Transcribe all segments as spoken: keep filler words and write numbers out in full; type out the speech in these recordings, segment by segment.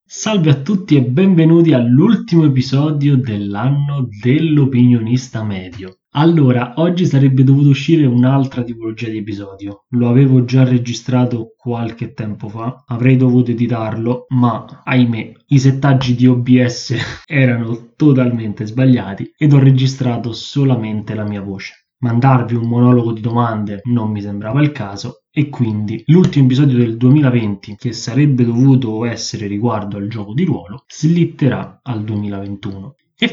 Salve a tutti e benvenuti all'ultimo episodio dell'anno dell'opinionista medio. Allora, oggi sarebbe dovuto uscire un'altra tipologia di episodio. Lo avevo già registrato qualche tempo fa, avrei dovuto editarlo, ma ahimè, i settaggi di O B S erano totalmente sbagliati ed ho registrato solamente la mia voce. Mandarvi un monologo di domande non mi sembrava il caso e quindi l'ultimo episodio del duemilaventi, che sarebbe dovuto essere riguardo al gioco di ruolo, slitterà al duemilaventuno. E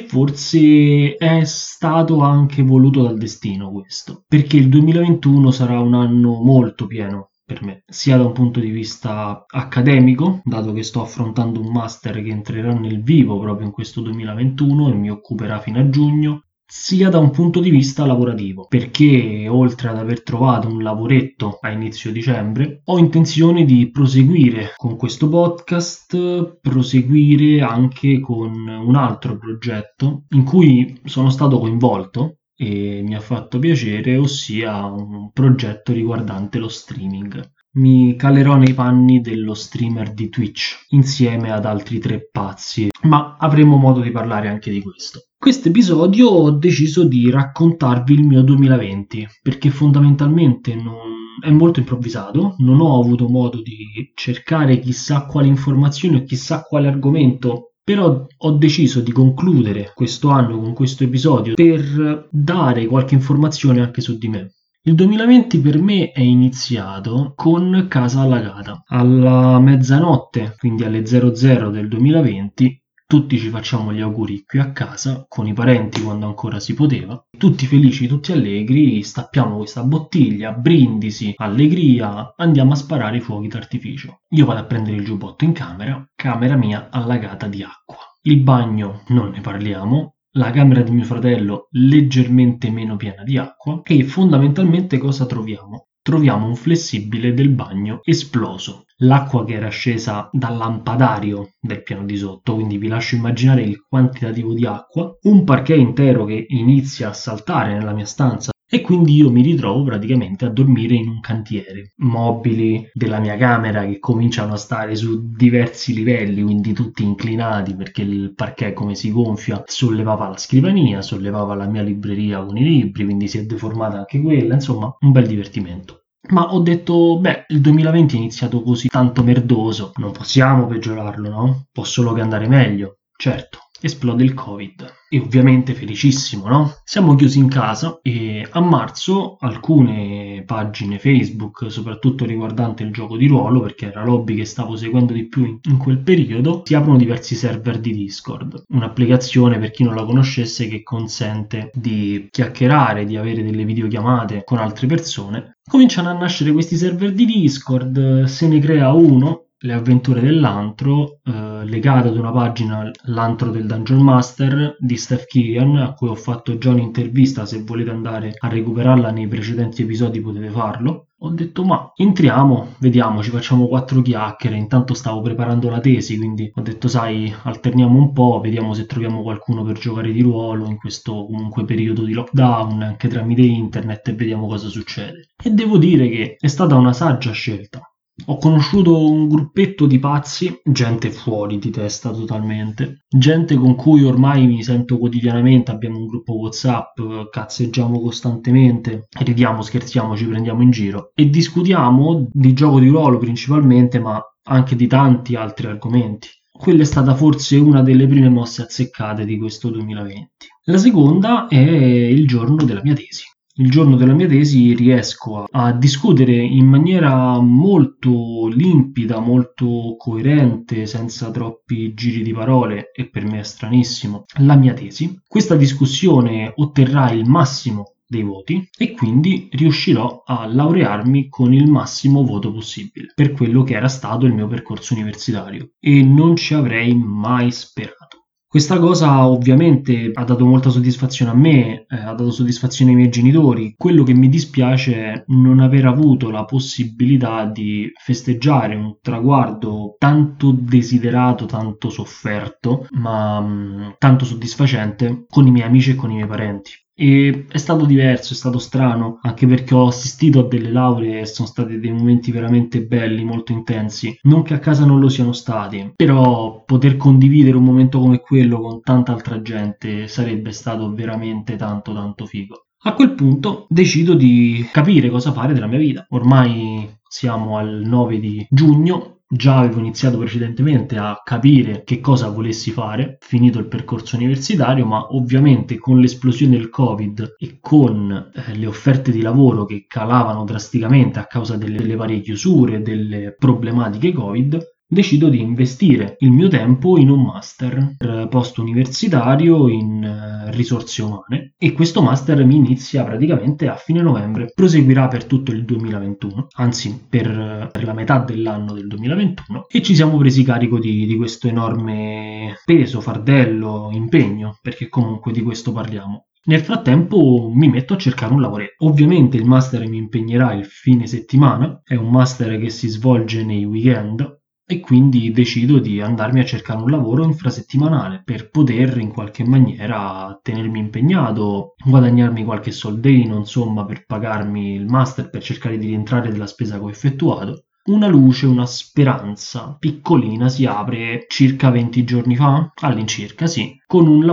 forse è stato anche voluto dal destino questo, perché il duemilaventuno sarà un anno molto pieno per me, sia da un punto di vista accademico, dato che sto affrontando un master che entrerà nel vivo proprio in questo duemilaventuno e mi occuperà fino a giugno, sia da un punto di vista lavorativo, perché oltre ad aver trovato un lavoretto a inizio dicembre, ho intenzione di proseguire con questo podcast, proseguire anche con un altro progetto in cui sono stato coinvolto e mi ha fatto piacere, ossia un progetto riguardante lo streaming. Mi calerò nei panni dello streamer di Twitch insieme ad altri tre pazzi, ma avremo modo di parlare anche di questo. Questo episodio ho deciso di raccontarvi il mio duemilaventi, perché fondamentalmente non è molto improvvisato, non ho avuto modo di cercare chissà quale informazione o chissà quale argomento, però ho deciso di concludere questo anno con questo episodio per dare qualche informazione anche su di me. Il duemilaventi per me è iniziato con casa allagata. Alla mezzanotte, quindi alle zero zero del duemilaventi, tutti ci facciamo gli auguri qui a casa, con i parenti quando ancora si poteva, tutti felici, tutti allegri, stappiamo questa bottiglia, brindisi, allegria, andiamo a sparare i fuochi d'artificio. Io vado a prendere il giubbotto in camera, camera mia allagata di acqua. Il bagno non ne parliamo, la camera di mio fratello leggermente meno piena di acqua e fondamentalmente cosa troviamo? Troviamo un flessibile del bagno esploso. L'acqua che era scesa dal lampadario del piano di sotto, quindi vi lascio immaginare il quantitativo di acqua, un parquet intero che inizia a saltare nella mia stanza e quindi io mi ritrovo praticamente a dormire in un cantiere. Mobili della mia camera che cominciano a stare su diversi livelli, quindi tutti inclinati perché il parquet, come si gonfia, sollevava la scrivania, sollevava la mia libreria con i libri, quindi si è deformata anche quella, insomma un bel divertimento. Ma ho detto, beh, il duemilaventi è iniziato così tanto merdoso, non possiamo peggiorarlo, no? Può solo che andare meglio. Certo, esplode il Covid. E ovviamente felicissimo, no? Siamo chiusi in casa e a marzo alcune pagine Facebook, soprattutto riguardante il gioco di ruolo, perché era l'hobby che stavo seguendo di più in, in quel periodo, si aprono diversi server di Discord. Un'applicazione, per chi non la conoscesse, che consente di chiacchierare, di avere delle videochiamate con altre persone. Cominciano a nascere questi server di Discord, se ne crea uno, le avventure dell'antro, eh, legato ad una pagina, l'antro del Dungeon Master di Steph Killian, a cui ho fatto già un'intervista, se volete andare a recuperarla nei precedenti episodi potete farlo. Ho detto ma entriamo, vediamo, ci facciamo quattro chiacchiere, intanto stavo preparando la tesi, quindi ho detto sai, alterniamo un po', vediamo se troviamo qualcuno per giocare di ruolo in questo comunque periodo di lockdown, anche tramite internet, e vediamo cosa succede. E devo dire che è stata una saggia scelta. Ho conosciuto un gruppetto di pazzi, gente fuori di testa totalmente, gente con cui ormai mi sento quotidianamente, abbiamo un gruppo WhatsApp, cazzeggiamo costantemente, ridiamo, scherziamo, ci prendiamo in giro e discutiamo di gioco di ruolo principalmente, ma anche di tanti altri argomenti. Quella è stata forse una delle prime mosse azzeccate di questo duemilaventi. La seconda è il giorno della mia tesi. Il giorno della mia tesi riesco a, a discutere in maniera molto limpida, molto coerente, senza troppi giri di parole, e per me è stranissimo, la mia tesi. Questa discussione otterrà il massimo dei voti e quindi riuscirò a laurearmi con il massimo voto possibile per quello che era stato il mio percorso universitario e non ci avrei mai sperato. Questa cosa ovviamente ha dato molta soddisfazione a me, eh, ha dato soddisfazione ai miei genitori. Quello che mi dispiace è non aver avuto la possibilità di festeggiare un traguardo tanto desiderato, tanto sofferto, ma mh, tanto soddisfacente con i miei amici e con i miei parenti. E è stato diverso, è stato strano, anche perché ho assistito a delle lauree e sono stati dei momenti veramente belli, molto intensi. Non che a casa non lo siano stati, però poter condividere un momento come quello con tanta altra gente sarebbe stato veramente tanto tanto figo. A quel punto decido di capire cosa fare della mia vita. Ormai siamo al nove di giugno. Già avevo iniziato precedentemente a capire che cosa volessi fare, finito il percorso universitario, ma ovviamente con l'esplosione del Covid e con eh, le offerte di lavoro che calavano drasticamente a causa delle, delle varie chiusure, delle problematiche Covid, decido di investire il mio tempo in un master post universitario in uh, risorse umane e questo master mi inizia praticamente a fine novembre, proseguirà per tutto il duemilaventuno, anzi per, per la metà dell'anno del duemilaventuno, e ci siamo presi carico di, di questo enorme peso, fardello, impegno, perché comunque di questo parliamo. Nel frattempo mi metto a cercare un lavoretto. Ovviamente il master mi impegnerà il fine settimana, è un master che si svolge nei weekend, e quindi decido di andarmi a cercare un lavoro infrasettimanale per poter in qualche maniera tenermi impegnato, guadagnarmi qualche soldino, insomma, per pagarmi il master, per cercare di rientrare della spesa che ho effettuato. Una luce, una speranza piccolina si apre circa venti giorni fa, all'incirca sì, con un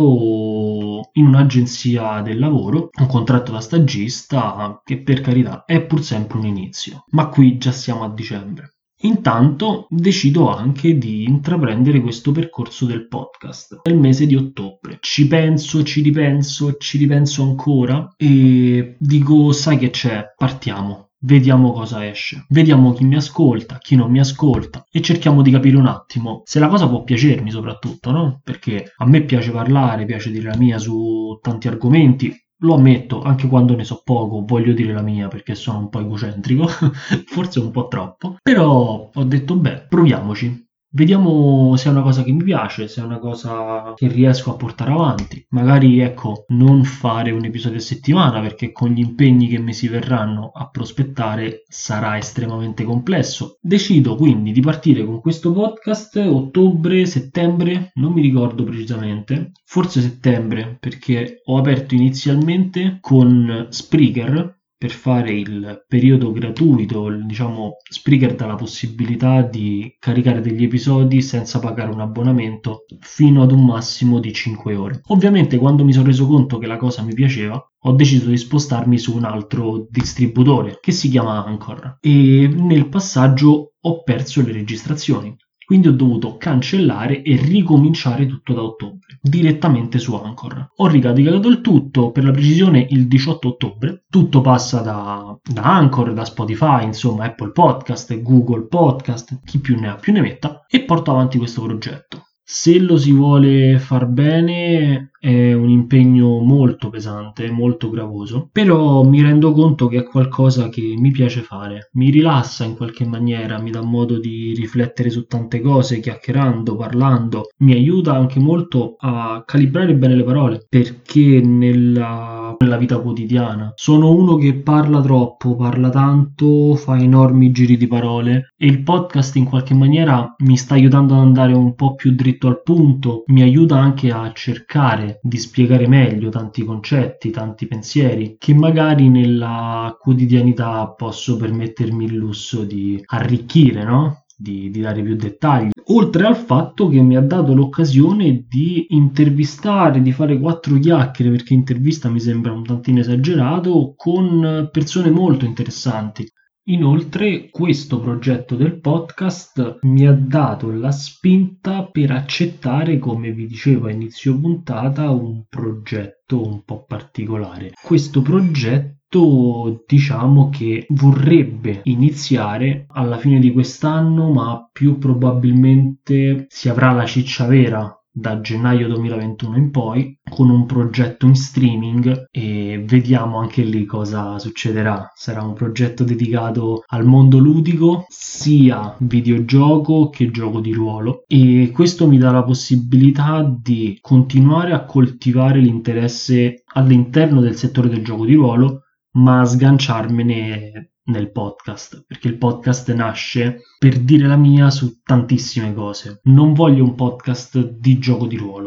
lavoro in un'agenzia del lavoro, un contratto da stagista che per carità è pur sempre un inizio, ma qui già siamo a dicembre. Intanto decido anche di intraprendere questo percorso del podcast nel mese di ottobre. Ci penso, ci ripenso, ci ripenso ancora e dico, sai che c'è, partiamo. Vediamo cosa esce, vediamo chi mi ascolta, chi non mi ascolta e cerchiamo di capire un attimo se la cosa può piacermi soprattutto, no? Perché a me piace parlare, piace dire la mia su tanti argomenti. Lo ammetto, anche quando ne so poco, voglio dire la mia perché sono un po' egocentrico, forse un po' troppo, però ho detto, beh, proviamoci. Vediamo se è una cosa che mi piace, se è una cosa che riesco a portare avanti. Magari, ecco, non fare un episodio a settimana perché con gli impegni che mi si verranno a prospettare sarà estremamente complesso. Decido quindi di partire con questo podcast ottobre, settembre, non mi ricordo precisamente, forse settembre perché ho aperto inizialmente con Spreaker, per fare il periodo gratuito, diciamo, Spreaker dà la possibilità di caricare degli episodi senza pagare un abbonamento fino ad un massimo di cinque ore. Ovviamente quando mi sono reso conto che la cosa mi piaceva, ho deciso di spostarmi su un altro distributore che si chiama Anchor e nel passaggio ho perso le registrazioni. Quindi ho dovuto cancellare e ricominciare tutto da ottobre, direttamente su Anchor. Ho ricaricato il tutto, per la precisione il diciotto ottobre, tutto passa da, da Anchor, da Spotify, insomma Apple Podcast, Google Podcast, chi più ne ha più ne metta, e porto avanti questo progetto. Se lo si vuole far bene è un impegno molto pesante, molto gravoso, però mi rendo conto che è qualcosa che mi piace fare, mi rilassa in qualche maniera, mi dà modo di riflettere su tante cose, chiacchierando, parlando, mi aiuta anche molto a calibrare bene le parole, perché nella, nella vita quotidiana sono uno che parla troppo, parla tanto, fa enormi giri di parole e il podcast in qualche maniera mi sta aiutando ad andare un po' più dritto al punto, mi aiuta anche a cercare di spiegare meglio tanti concetti, tanti pensieri che magari nella quotidianità posso permettermi il lusso di arricchire, no? Di, di dare più dettagli. Oltre al fatto che mi ha dato l'occasione di intervistare, di fare quattro chiacchiere, perché intervista mi sembra un tantino esagerato, con persone molto interessanti. Inoltre, questo progetto del podcast mi ha dato la spinta per accettare, come vi dicevo a inizio puntata, un progetto un po' particolare. Questo progetto, diciamo che vorrebbe iniziare alla fine di quest'anno, ma più probabilmente si avrà la ciccia vera da gennaio duemilaventuno in poi, con un progetto in streaming, e vediamo anche lì cosa succederà. Sarà un progetto dedicato al mondo ludico, sia videogioco che gioco di ruolo, e questo mi dà la possibilità di continuare a coltivare l'interesse all'interno del settore del gioco di ruolo, ma sganciarmene nel podcast, perché il podcast nasce per dire la mia su tantissime cose. Non voglio un podcast di gioco di ruolo,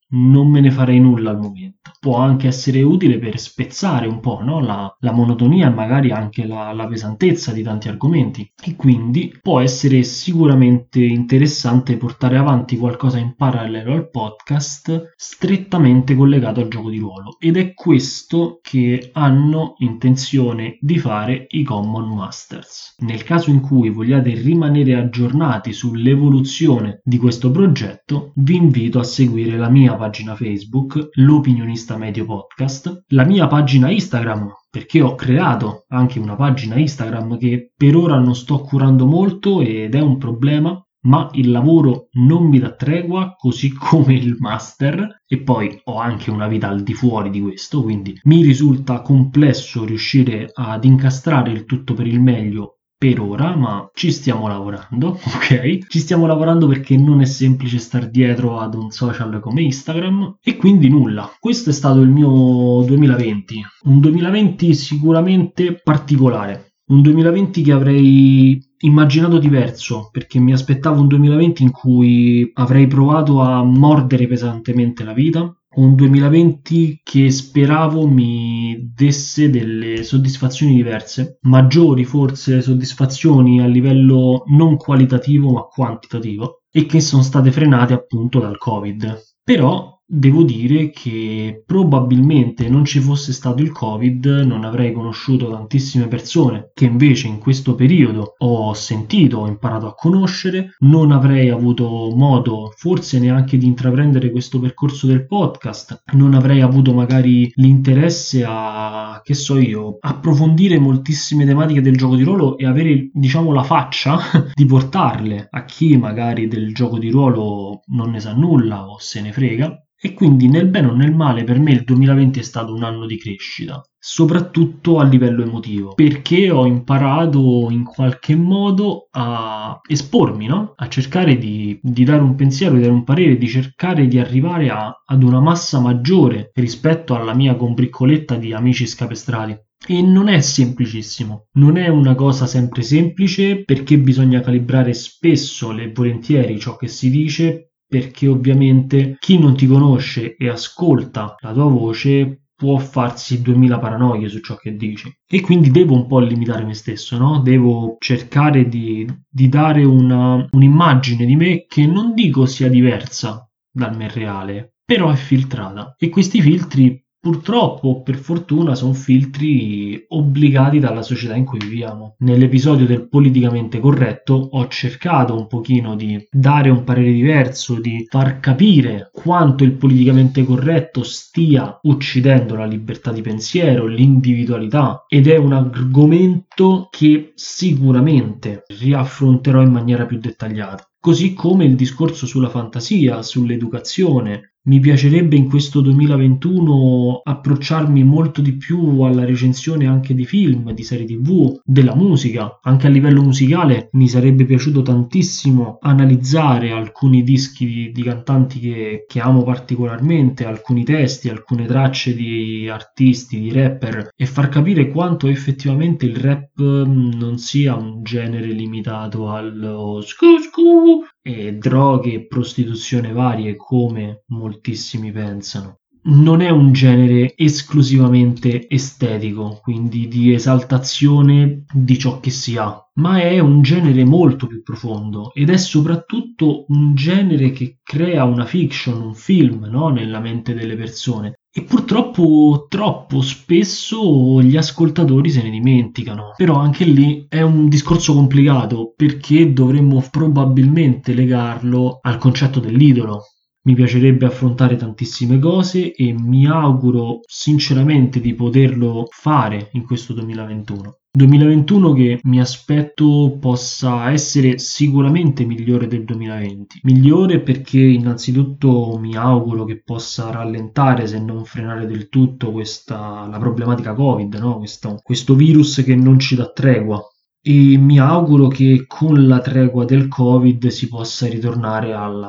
non me ne farei nulla al momento. Può anche essere utile per spezzare un po', no? la, la monotonia e magari anche la, la pesantezza di tanti argomenti, e quindi può essere sicuramente interessante portare avanti qualcosa in parallelo al podcast strettamente collegato al gioco di ruolo, ed è questo che hanno intenzione di fare i Common Masters. Nel caso in cui vogliate rimanere aggiornati sull'evoluzione di questo progetto, vi invito a seguire la mia pagina Facebook, l'Opinionista Medio Podcast, la mia pagina Instagram, perché ho creato anche una pagina Instagram che per ora non sto curando molto ed è un problema, ma il lavoro non mi dà tregua, così come il master, e poi ho anche una vita al di fuori di questo, quindi mi risulta complesso riuscire ad incastrare il tutto per il meglio per ora, ma ci stiamo lavorando, ok? Ci stiamo lavorando perché non è semplice star dietro ad un social come Instagram, e quindi nulla. Questo è stato il mio duemilaventi, un duemilaventi sicuramente particolare, un duemilaventi che avrei immaginato diverso, perché mi aspettavo un duemilaventi in cui avrei provato a mordere pesantemente la vita, un duemilaventi che speravo mi desse delle soddisfazioni diverse, maggiori forse soddisfazioni a livello non qualitativo ma quantitativo, e che sono state frenate appunto dal Covid. Però devo dire che probabilmente non ci fosse stato il Covid, non avrei conosciuto tantissime persone che invece in questo periodo ho sentito, ho imparato a conoscere, non avrei avuto modo forse neanche di intraprendere questo percorso del podcast, non avrei avuto magari l'interesse a, che so io, approfondire moltissime tematiche del gioco di ruolo e avere, diciamo, la faccia di portarle a chi magari del gioco di ruolo non ne sa nulla o se ne frega. E quindi nel bene o nel male per me il duemilaventi è stato un anno di crescita, soprattutto a livello emotivo, perché ho imparato in qualche modo a espormi, no? A cercare di, di dare un pensiero, di dare un parere, di cercare di arrivare a, ad una massa maggiore rispetto alla mia combriccoletta di amici scapestrati. E non è semplicissimo, non è una cosa sempre semplice, perché bisogna calibrare spesso e volentieri ciò che si dice, perché ovviamente chi non ti conosce e ascolta la tua voce può farsi duemila paranoie su ciò che dici, e quindi devo un po' limitare me stesso, no? Devo cercare di, di dare una, un'immagine di me che non dico sia diversa dal me reale, però è filtrata, e questi filtri purtroppo o per fortuna sono filtri obbligati dalla società in cui viviamo. Nell'episodio del politicamente corretto ho cercato un pochino di dare un parere diverso, di far capire quanto il politicamente corretto stia uccidendo la libertà di pensiero, l'individualità, ed è un argomento che sicuramente riaffronterò in maniera più dettagliata. Così come il discorso sulla fantasia, sull'educazione. Mi piacerebbe in questo duemilaventuno approcciarmi molto di più alla recensione anche di film, di serie tivù, della musica. Anche a livello musicale mi sarebbe piaciuto tantissimo analizzare alcuni dischi di, di cantanti che, che amo particolarmente, alcuni testi, alcune tracce di artisti, di rapper, e far capire quanto effettivamente il rap non sia un genere limitato allo scu scu e droghe e prostituzione varie come moltissimi pensano. Non è un genere esclusivamente estetico, quindi di esaltazione di ciò che si ha, ma è un genere molto più profondo, ed è soprattutto un genere che crea una fiction, un film, no? Nella mente delle persone. E purtroppo troppo spesso gli ascoltatori se ne dimenticano. Però anche lì è un discorso complicato, perché dovremmo probabilmente legarlo al concetto dell'idolo. Mi piacerebbe affrontare tantissime cose e mi auguro sinceramente di poterlo fare in questo duemilaventuno. duemilaventuno che mi aspetto possa essere sicuramente migliore del duemilaventi. Migliore perché innanzitutto mi auguro che possa rallentare, se non frenare del tutto, questa, la problematica Covid, no? questo, questo virus che non ci dà tregua. E mi auguro che con la tregua del Covid si possa ritornare alla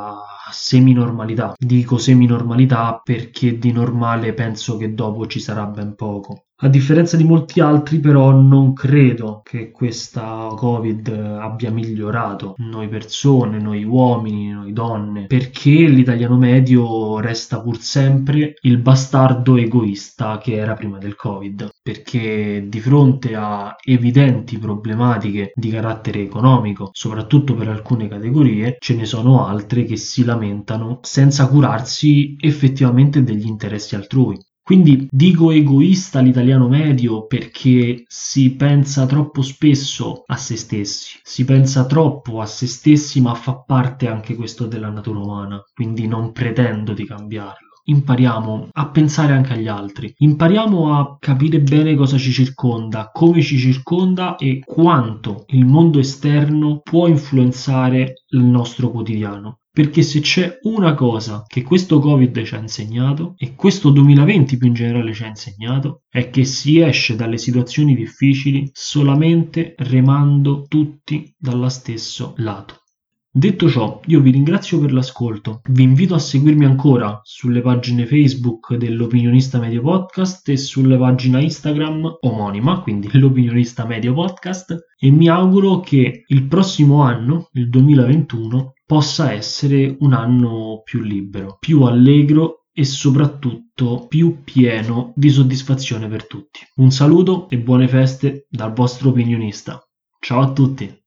semi-normalità. Dico semi-normalità perché di normale penso che dopo ci sarà ben poco. A differenza di molti altri, però, non credo che questa Covid abbia migliorato noi persone, noi uomini, noi donne, perché l'italiano medio resta pur sempre il bastardo egoista che era prima del Covid, perché di fronte a evidenti problematiche di carattere economico, soprattutto per alcune categorie, ce ne sono altre che si lamentano senza curarsi effettivamente degli interessi altrui. Quindi dico egoista l'italiano medio perché si pensa troppo spesso a se stessi, si pensa troppo a se stessi, ma fa parte anche questo della natura umana, quindi non pretendo di cambiarlo. Impariamo a pensare anche agli altri, impariamo a capire bene cosa ci circonda, come ci circonda e quanto il mondo esterno può influenzare il nostro quotidiano. Perché se c'è una cosa che questo Covid ci ha insegnato, e questo duemilaventi più in generale ci ha insegnato, è che si esce dalle situazioni difficili solamente remando tutti dallo stesso lato. Detto ciò, io vi ringrazio per l'ascolto, vi invito a seguirmi ancora sulle pagine Facebook dell'Opinionista Medio Podcast e sulle pagine Instagram omonima, quindi l'Opinionista Medio Podcast, e mi auguro che il prossimo anno, il duemilaventuno, possa essere un anno più libero, più allegro e soprattutto più pieno di soddisfazione per tutti. Un saluto e buone feste dal vostro opinionista. Ciao a tutti!